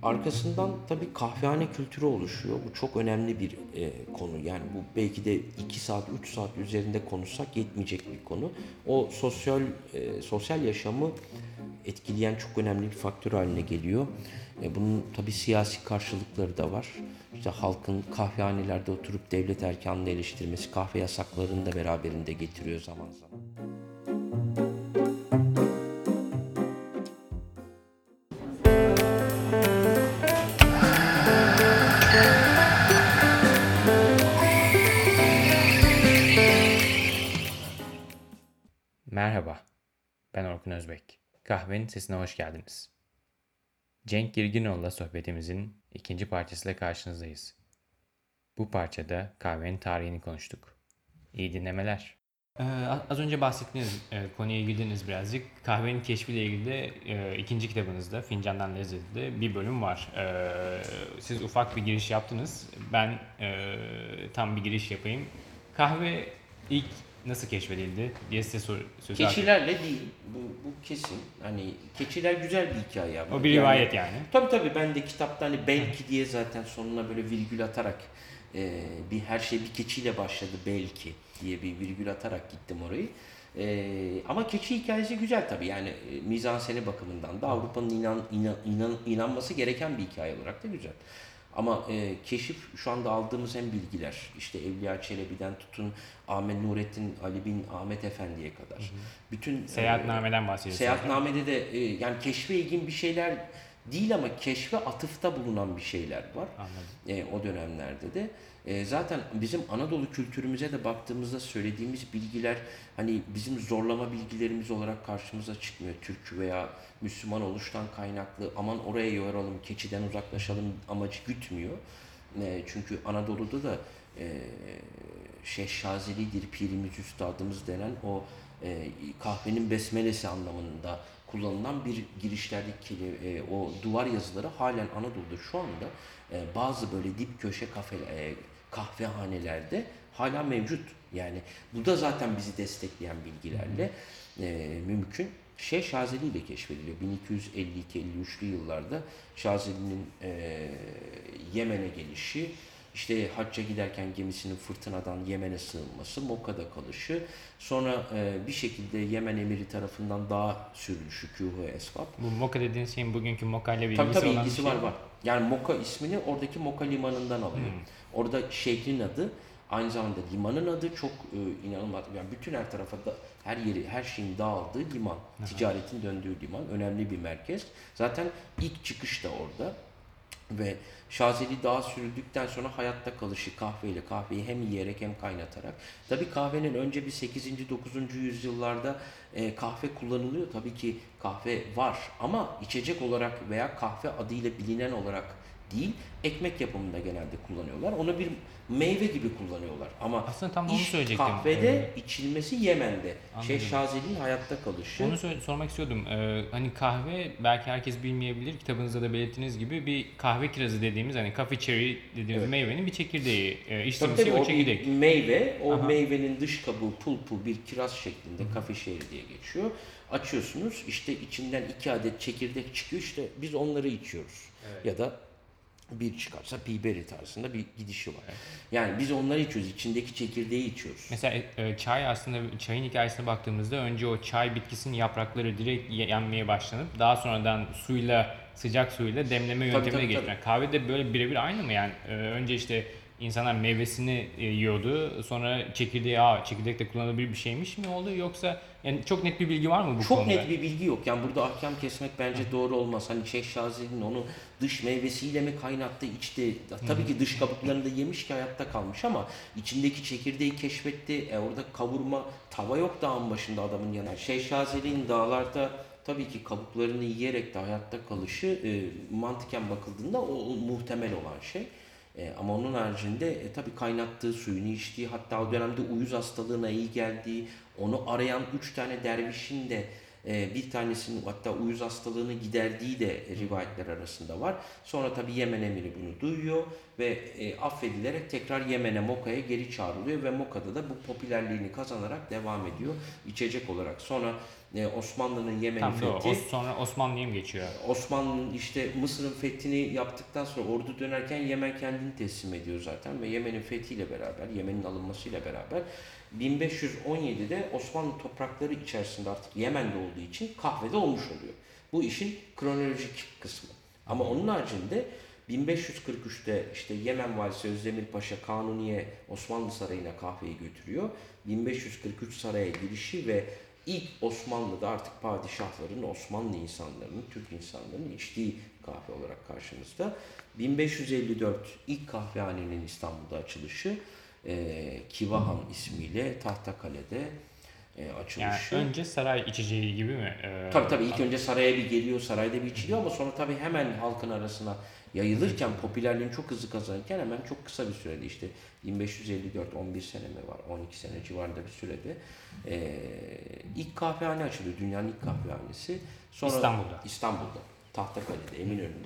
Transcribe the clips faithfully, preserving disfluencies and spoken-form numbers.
Arkasından tabii kahvehane kültürü oluşuyor. Bu çok önemli bir e, konu. Yani bu belki de iki saat, üç saat üzerinde konuşsak yetmeyecek bir konu. O sosyal e, sosyal yaşamı etkileyen çok önemli bir faktör haline geliyor. E, bunun tabii siyasi karşılıkları da var. İşte halkın kahvehanelerde oturup devlet erkanını eleştirmesi kahve yasaklarını da beraberinde getiriyor zaman zaman. Merhaba, ben Orkun Özbek. Kahvenin sesine hoş geldiniz. Cenk Girginoğlu'la sohbetimizin ikinci parçasıyla karşınızdayız. Bu parçada kahvenin tarihini konuştuk. İyi dinlemeler. Ee, az önce bahsettiğiniz e, konuya girdiniz birazcık. Kahvenin keşfiyle ilgili de e, ikinci kitabınızda Fincandan Lezzet'de bir bölüm var. Ee, siz ufak bir giriş yaptınız. Ben e, tam bir giriş yapayım. Kahve ilk nasıl keşfedildi diye size sor, sözü atayım. Keçilerle değil. Bu, bu kesin. Hani keçiler güzel bir hikaye ama. O bir Yani rivayet yani. tabii tabii ben de kitapta hani belki diye zaten sonuna böyle virgül atarak e, bir her şey bir keçiyle başladı belki diye bir virgül atarak gittim orayı. E, ama keçi hikayesi güzel tabii. Yani e, mizanseni bakımından da Avrupa'nın inan, inan, inan, inanması gereken bir hikaye olarak da güzel. Ama e, keşif şu anda aldığımız hem bilgiler işte Evliya Çelebi'den tutun Ahmet Nurettin Ali bin Ahmet Efendi'ye kadar. Bütün e, Seyahatnameden bahsediyorsunuz değil mi? seyahatnamede de e, yani keşfe ilgin bir şeyler değil ama keşfe atıfta bulunan bir şeyler var. Anladım. E, o dönemlerde de. E, zaten bizim Anadolu kültürümüze de baktığımızda söylediğimiz bilgiler hani bizim zorlama bilgilerimiz olarak karşımıza çıkmıyor. Türk veya Müslüman oluştan kaynaklı aman oraya yoralım, keçiden uzaklaşalım amacı gütmüyor. E, çünkü Anadolu'da da e, Şeyh Şazeli'dir, pirimiz, üstadımız denen o e, kahvenin besmelesi anlamında kullanılan bir girişlerdeki e, o duvar yazıları halen Anadolu'da şu anda e, bazı böyle dip köşe kafe, e, kahvehanelerde hala mevcut. Yani bu da zaten bizi destekleyen bilgilerle e, mümkün. Şey Şazeli ile keşfediliyor. bin iki yüz elli iki elli üçlü yıllarda Şazeli'nin e, Yemen'e gelişi, işte hacca giderken gemisinin fırtınadan Yemen'e sığınması, Mokka'da kalışı, sonra e, bir şekilde Yemen emiri tarafından dağa sürülüşü, Kühu Esbab. Bu Moka dediğiniz şeyin bugünkü Moka ile bir Tabii ilgisi tabii olan bir ilgisi şey var mi? var. Yani Moka ismini oradaki Moka limanından alıyor. Hmm. Orada şehrin adı, aynı zamanda limanın adı çok e, inanılmaz. Yani bütün her tarafa da her yeri, her şeyin dağıldığı liman, ticaretin döndüğü liman, önemli bir merkez. Zaten ilk çıkış da orada. Ve Şazeli dağa sürüldükten sonra hayatta kalışı kahveyle, kahveyi hem yiyerek hem kaynatarak. Tabii kahvenin önce bir sekizinci. dokuzuncu yüzyıllarda e, kahve kullanılıyor. Tabii ki kahve var ama içecek olarak veya kahve adıyla bilinen olarak değil, ekmek yapımında genelde kullanıyorlar. Onu bir meyve gibi kullanıyorlar. Ama Aslında tam onu iş söyleyecektim. kahvede, Ee, içilmesi Yemen'de. Şey anladım. Şazeli'nin hayatta kalışı. Onu söyle- sormak istiyordum. Ee, hani kahve belki herkes bilmeyebilir. Kitabınızda da belirttiğiniz gibi bir kahve kirazı dediğimiz hani coffee cherry dediğimiz Evet. meyvenin bir çekirdeği. Ee, Tabii içtiğimiz tabii şey o o bir çekirdek. meyve, o Aha. meyvenin dış kabuğu pulpu bir kiraz şeklinde kafe şehri diye geçiyor. Açıyorsunuz işte içinden iki adet çekirdek çıkıyor işte biz onları içiyoruz. Evet. Ya da bir çıkarsa piberi tarzında bir gidişi var. Evet. Yani biz onları içiyoruz, içindeki çekirdeği içiyoruz. Mesela e, çay aslında çayın hikayesine baktığımızda önce o çay bitkisinin yaprakları direkt ye- yenmeye başlanıp daha sonradan suyla sıcak suyla demleme Tabii yöntemine tabii geçiyor. tabii. Yani kahve de böyle birebir aynı mı yani? E, önce işte insanlar meyvesini e, yiyordu. Sonra çekirdeği, aa çekirdek de kullanılabilir bir şeymiş mi oldu yoksa yani çok net bir bilgi var mı bu Çok konuda? net bir bilgi yok. Yani burada ahkam kesmek bence doğru olmaz. Hani Şeyh Şazeli'nin onu dış meyvesiyle mi kaynattı, içti. Tabii ki dış kabuklarını da yemiş ki hayatta kalmış ama içindeki çekirdeği keşfetti. E orada kavurma, tava yok dağın başında adamın yanında. Şeyh Şazeli'nin dağlarda tabii ki kabuklarını yiyerek de hayatta kalışı e, mantıken bakıldığında o, o muhtemel olan şey. E, ama onun haricinde e, tabii kaynattığı suyunu içtiği hatta o dönemde uyuz hastalığına iyi geldiği onu arayan üç tane dervişin de E, bir tanesinin hatta uyuz hastalığını giderdiği de rivayetler arasında var. Sonra tabi Yemen emiri bunu duyuyor ve e, affedilerek tekrar Yemen'e, Moka'ya geri çağrılıyor ve Moka'da da bu popülerliğini kazanarak devam ediyor içecek olarak. Sonra e, Osmanlı'nın Yemen'i Tam da o. fethi, Os- Sonra Osmanlı'ya mı geçiyor? Osmanlı'nın işte Mısır'ın fethini yaptıktan sonra ordu dönerken Yemen kendini teslim ediyor zaten ve Yemen'in fethiyle beraber, Yemen'in alınmasıyla beraber bin beş yüz on yedide Osmanlı toprakları içerisinde artık Yemen'de olduğu için kahvede olmuş oluyor. Bu işin kronolojik kısmı. Ama onun haricinde bin beş yüz kırk üçte işte Yemen valisi Özdemir Paşa Kanuni'ye Osmanlı Sarayı'na kahveyi götürüyor. bin beş yüz kırk üç saraya girişi ve ilk Osmanlı'da artık padişahların, Osmanlı insanlarının, Türk insanlarının içtiği kahve olarak karşımızda. bin beş yüz elli dört ilk kahvehanenin İstanbul'da açılışı, e, Kivahan ismiyle Tahtakale'de e, Yani açılışı. önce saray içeceği gibi mi? Ee, Tabii tabii ilk önce saraya bir geliyor, sarayda bir içiliyor ama sonra tabii hemen halkın arasına yayılırken, popülerliğini çok hızlı kazanırken hemen çok kısa bir sürede işte bin beş yüz elli dört on bir sene mi var, on iki sene civarında bir sürede e, ilk kahvehane açılıyor, dünyanın ilk kahvehanesi. Sonra İstanbul'da. İstanbul'da, Tahtakale'de, Eminönü'nde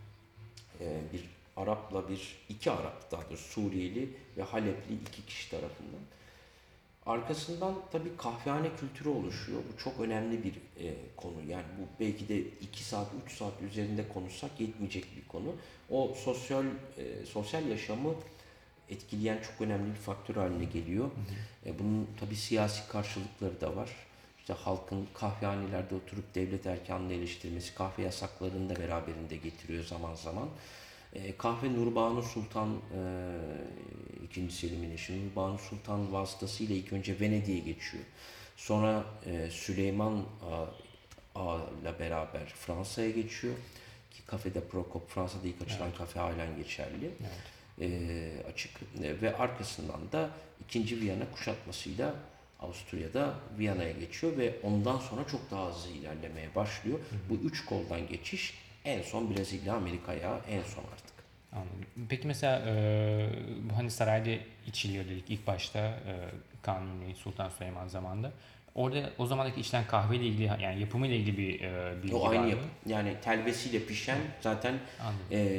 e, bir Arap'la bir, iki Arap daha doğrusu Suriyeli ve Halepli iki kişi tarafından. Arkasından tabii kahvehane kültürü oluşuyor. Bu çok önemli bir e, konu. Yani bu belki de iki saat, üç saat üzerinde konuşsak yetmeyecek bir konu. O sosyal e, sosyal yaşamı etkileyen çok önemli bir faktör haline geliyor. E, bunun tabii siyasi karşılıkları da var. İşte halkın kahvehanelerde oturup devlet erkanını eleştirmesi, kahve yasaklarını da beraberinde getiriyor zaman zaman. E, kahve Nurbanu Sultan e, ikinci. Selim'in eşi Nurbanu Sultan vasıtasıyla ilk önce Venedik'e geçiyor. Sonra e, Süleyman Ağa'yla beraber Fransa'ya geçiyor. Ki kafede Prokop, Fransa'da ilk açılan Evet. kafe halen geçerli. Evet. E, açık. E, ve arkasından da ikinci. Viyana kuşatmasıyla Avusturya'da Viyana'ya geçiyor ve ondan sonra çok daha hızlı ilerlemeye başlıyor. Bu üç koldan geçiş en son Brezilya, Amerika'ya en son artık. Anladım. Peki mesela e, bu hani sarayda içiliyor dedik ilk başta e, Kanuni Sultan Süleyman zamanında. Orada o zamandaki içilen kahveyle ilgili yani yapımıyla ilgili bir e, bilgi O var aynı mı? yapı. Yani telvesiyle pişen zaten Anladım. e,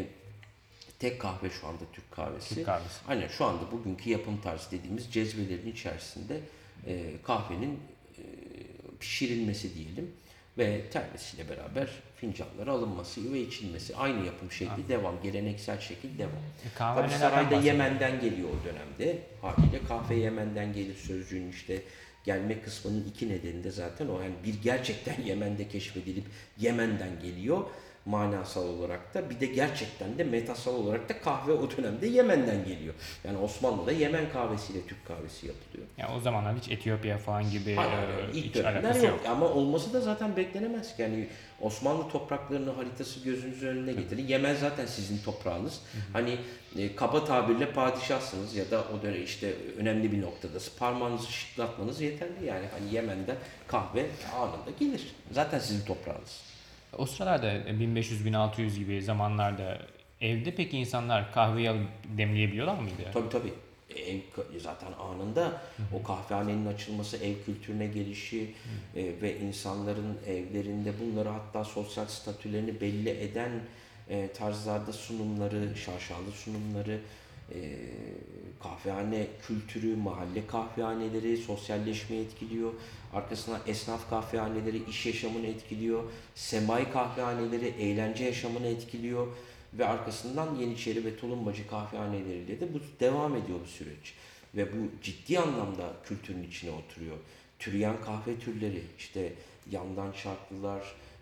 tek kahve şu anda Türk kahvesi. Türk kahvesi. Aynen şu anda bugünkü yapım tarzı dediğimiz cezvelerin içerisinde e, kahvenin e, pişirilmesi diyelim ve telvesiyle beraber fincanlara alınması ve içilmesi. Aynı yapım şekli Anladım. devam, geleneksel şekil devam. E, Tabii kahvehanelerden sarayda bahsedelim. Yemen'den geliyor o dönemde haliyle. Kahve Yemen'den gelir sözcüğün işte gelme kısmının iki nedeni de zaten o. Yani bir gerçekten Yemen'de keşfedilip Yemen'den geliyor manasal olarak da, bir de gerçekten de metasal olarak da kahve o dönemde Yemen'den geliyor. Yani Osmanlı'da Yemen kahvesiyle Türk kahvesi yapılıyor. Yani o zamanlar hiç Etiyopya falan gibi Hayır, e, hayır, ilk hiç dönemler alakası yok. yok. Ama olması da zaten beklenemez ki. Yani Osmanlı topraklarının haritası gözünüzün önüne getirin. Yemen zaten sizin toprağınız. Hani e, kaba tabirle padişahsınız ya da o dönem işte önemli bir noktadasınız. Parmağınızı şıklatmanız yeterli yani. Hani Yemen'den kahve anında gelir. Zaten sizin toprağınız. O sıralarda bin beş yüz bin altı yüz gibi zamanlarda evde peki insanlar kahveyi alıp demleyebiliyorlar mıydı? Tabii tabii. Ev zaten anında o kahvehanenin açılması, ev kültürüne gelişi e, ve insanların evlerinde bunları hatta sosyal statülerini belli eden e, tarzlarda sunumları, şaşalı sunumları, e, kahvehane kültürü, mahalle kahvehaneleri sosyalleşmeyi etkiliyor. Arkasından esnaf kahvehaneleri iş yaşamını etkiliyor. Semai kahvehaneleri eğlence yaşamını etkiliyor. Ve arkasından Yeniçeri ve Tulumbacı kahvehaneleriyle de bu devam ediyor bu süreç. Ve bu ciddi anlamda kültürün içine oturuyor. Türeyen kahve türleri, işte yandan şarkılar,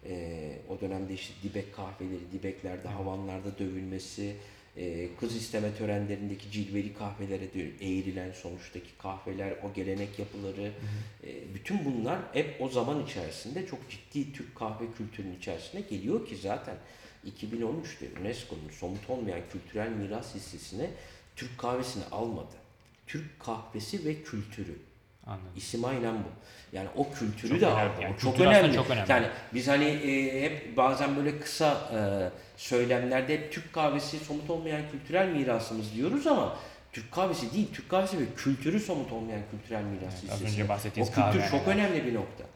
e, o dönemde işte dibek kahveleri, dibeklerde, havanlarda dövülmesi, e, kız isteme törenlerindeki cilveli kahvelere de eğrilen sonuçtaki kahveler, o gelenek yapıları, e, bütün bunlar hep o zaman içerisinde çok ciddi Türk kahve kültürünün içerisine geliyor ki zaten iki bin on üçte UNESCO'nun somut olmayan kültürel miras listesine Türk kahvesini almadı. Türk kahvesi ve kültürü. Anladım. İsim aynen bu. Yani o kültürü Çok de önemli. aldı. Yani O çok kültür aslında önemli. çok önemli. Yani biz hani e, hep bazen böyle kısa e, söylemlerde hep Türk kahvesi somut olmayan kültürel mirasımız diyoruz ama Türk kahvesi değil, Türk kahvesi ve kültürü somut olmayan kültürel miras Evet, az listesine. önce bahsettiğiniz O kültür çok kahvehaneler. önemli bir nokta.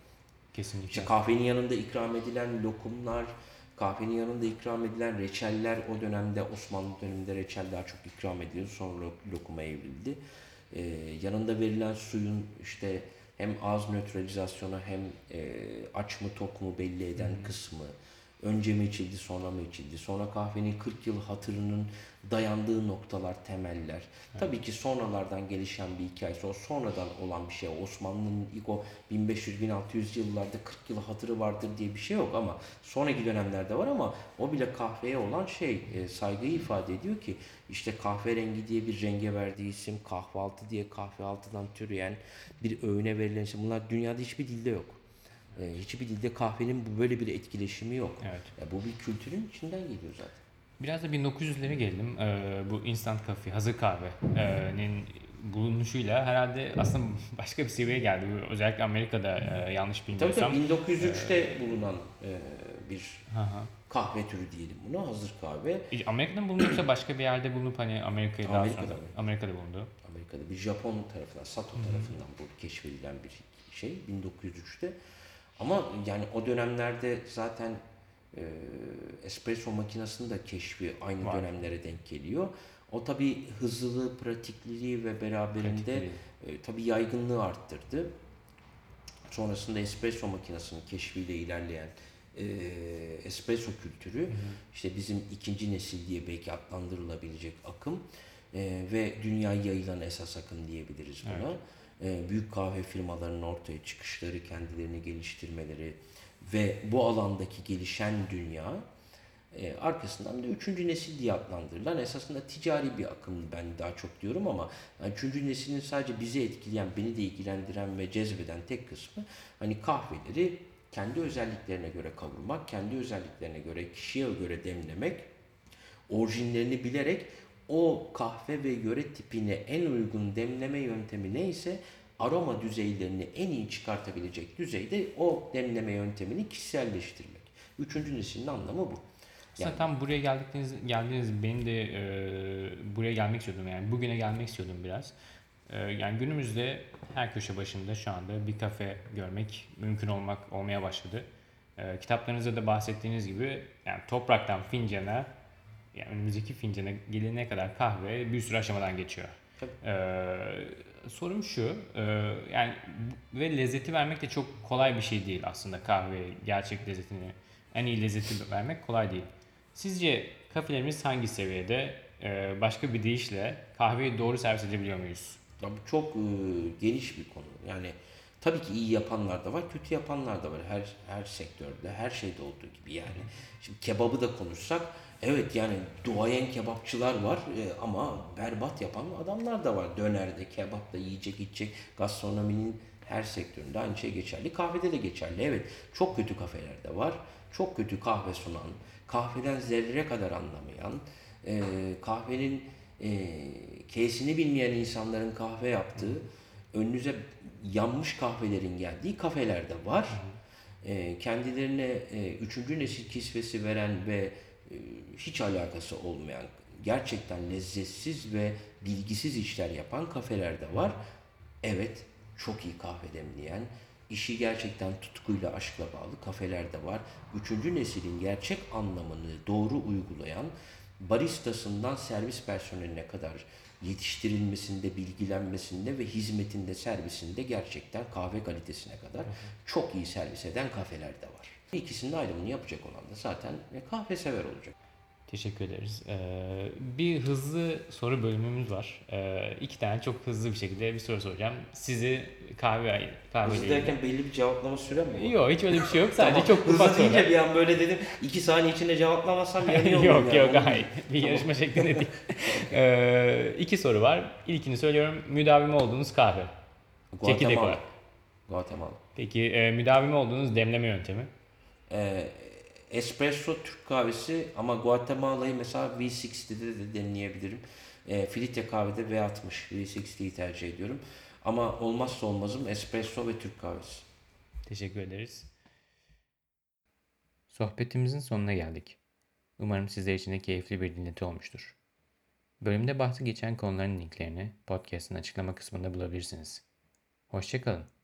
Kesinlikle. İşte kahvenin yanında ikram edilen lokumlar, kahvenin yanında ikram edilen reçeller, o dönemde Osmanlı döneminde reçel daha çok ikram ediliyordu. Sonra lokuma evrildi. Ee, yanında verilen suyun işte hem ağız nötralizasyonu hem e, aç mı tok mu belli eden hmm. kısmı. Önce mi içildi, sonra mı içildi? Sonra kahvenin kırk yıl hatırının dayandığı noktalar, temeller. Evet. Tabii ki sonralardan gelişen bir hikayesi. O sonradan olan bir şey. Osmanlı'nın ilk o bin beş yüz bin altı yüz yıllarda kırk yıl hatırı vardır diye bir şey yok ama sonraki dönemlerde var ama o bile kahveye olan şey e, saygıyı ifade ediyor ki işte kahverengi diye bir renge verdiği isim, kahvaltı diye kahvaltıdan türeyen bir öğüne verilen isim. Bunlar dünyada hiçbir dilde yok. Hiçbir dilde kahvenin bu böyle bir etkileşimi yok. Evet. Ya bu bir kültürün içinden geliyor zaten. Biraz da bin dokuz yüzlere gelelim. Ee, bu instant coffee, hazır kahvenin bulunuşuyla herhalde aslında başka bir seviyeye geldi. Bu özellikle Amerika'da e, yanlış bilmiyorsam. Tabii tabii bin dokuz yüz üçte e, bulunan e, bir aha. kahve türü diyelim buna, hazır kahve. Amerika'da mı bulundu yoksa başka bir yerde bulunup hani Amerika'ya daha Amerika'da, sonra Amerika'da bulundu. Amerika'da bir Japon tarafından, Sato Hı-hı. tarafından bu keşfedilen bir şey bin dokuz yüz üçte. Ama yani o dönemlerde zaten e, espresso makinesinin de keşfi aynı Var. dönemlere denk geliyor. O tabii hızlılığı, pratikliliği ve beraberinde e, tabii yaygınlığı arttırdı. Sonrasında espresso makinesinin keşfiyle ilerleyen e, espresso kültürü, hı hı. işte bizim ikinci nesil diye belki adlandırılabilecek akım e, ve dünyaya yayılan esas akım diyebiliriz buna. Evet. E, büyük kahve firmalarının ortaya çıkışları, kendilerini geliştirmeleri ve bu alandaki gelişen dünya, e, arkasından da üçüncü nesil diye adlandırılan esasında ticari bir akım ben daha çok diyorum ama yani üçüncü neslin sadece bizi etkileyen, beni de ilgilendiren ve cezbeden tek kısmı hani kahveleri kendi özelliklerine göre kavurmak, kendi özelliklerine göre, kişiye göre demlemek, orijinlerini bilerek o kahve ve yöre tipine en uygun demleme yöntemi neyse aroma düzeylerini en iyi çıkartabilecek düzeyde o demleme yöntemini kişiselleştirmek. Üçüncü neslin anlamı bu. Aslında yani, tam buraya geldiniz, geldiniz benim de e, buraya gelmek istiyordum yani bugüne gelmek istiyordum biraz. E, yani günümüzde her köşe başında şu anda bir kafe görmek mümkün olmak olmaya başladı. E, kitaplarınızda da bahsettiğiniz gibi yani topraktan fincana, yani önümüzdeki fincana gelene kadar kahve bir sürü aşamadan geçiyor. E, sorum şu, e, yani ve lezzeti vermek de çok kolay bir şey değil aslında, kahve gerçek lezzetini, en iyi lezzeti vermek kolay değil. Sizce kafelerimiz hangi seviyede? Ee, başka bir deyişle kahveyi doğru servis edebiliyor muyuz? Ya bu çok e, geniş bir konu. Yani tabii ki iyi yapanlar da var, kötü yapanlar da var. Her her sektörde, her şeyde olduğu gibi yani. Şimdi kebabı da konuşsak, evet yani duayen kebapçılar var e, ama berbat yapan adamlar da var. Dönerde, kebapta, yiyecek, içecek, gastronominin her sektöründe aynı şey geçerli. Kahvede de geçerli. Evet, çok kötü kafeler de var. Çok kötü kahve sunan, kahveden zerre kadar anlamayan, e, kahvenin e, K'sini bilmeyen insanların kahve yaptığı, önünüze yanmış kahvelerin geldiği kafeler de var. E, kendilerine e, üçüncü nesil kisvesi veren ve e, hiç alakası olmayan, gerçekten lezzetsiz ve bilgisiz işler yapan kafeler de var. Evet, çok iyi kahve demleyen, işi gerçekten tutkuyla, aşkla bağlı kafeler de var. Üçüncü neslin gerçek anlamını doğru uygulayan, baristasından servis personeline kadar yetiştirilmesinde, bilgilenmesinde ve hizmetinde, servisinde gerçekten kahve kalitesine kadar çok iyi servis eden kafeler de var. İkisinin ayrımını yapacak olan da zaten kahve sever olacak. Teşekkür ederiz. Ee, bir hızlı soru bölümümüz var. Ee, iki tane çok hızlı bir şekilde bir soru soracağım. Sizi kahve kahve Hızlı derken belli bir cevaplama süre mi var? Yok, hiç öyle bir şey yok. Sadece tamam. çok ufak sorular. Hızlı deyince bir an böyle dedim. iki saniye içinde cevaplamazsam yanıyor Yok yani. yok hayır. Bir yarışma şeklinde değil. ee, iki soru var. İlkini söylüyorum. Müdavimi olduğunuz kahve. Çekirdek var. Guatemala. Peki e, müdavimi olduğunuz demleme yöntemi? Ee, espresso Türk kahvesi ama Guatemala'yı mesela V altmışta de demleyebilirim. E, filtre kahvede V altmış, V altmışı tercih ediyorum. Ama olmazsa olmazım espresso ve Türk kahvesi. Teşekkür ederiz. Sohbetimizin sonuna geldik. Umarım sizler için de keyifli bir dinleti olmuştur. Bölümde bahsi geçen konuların linklerini podcast'ın açıklama kısmında bulabilirsiniz. Hoşça kalın.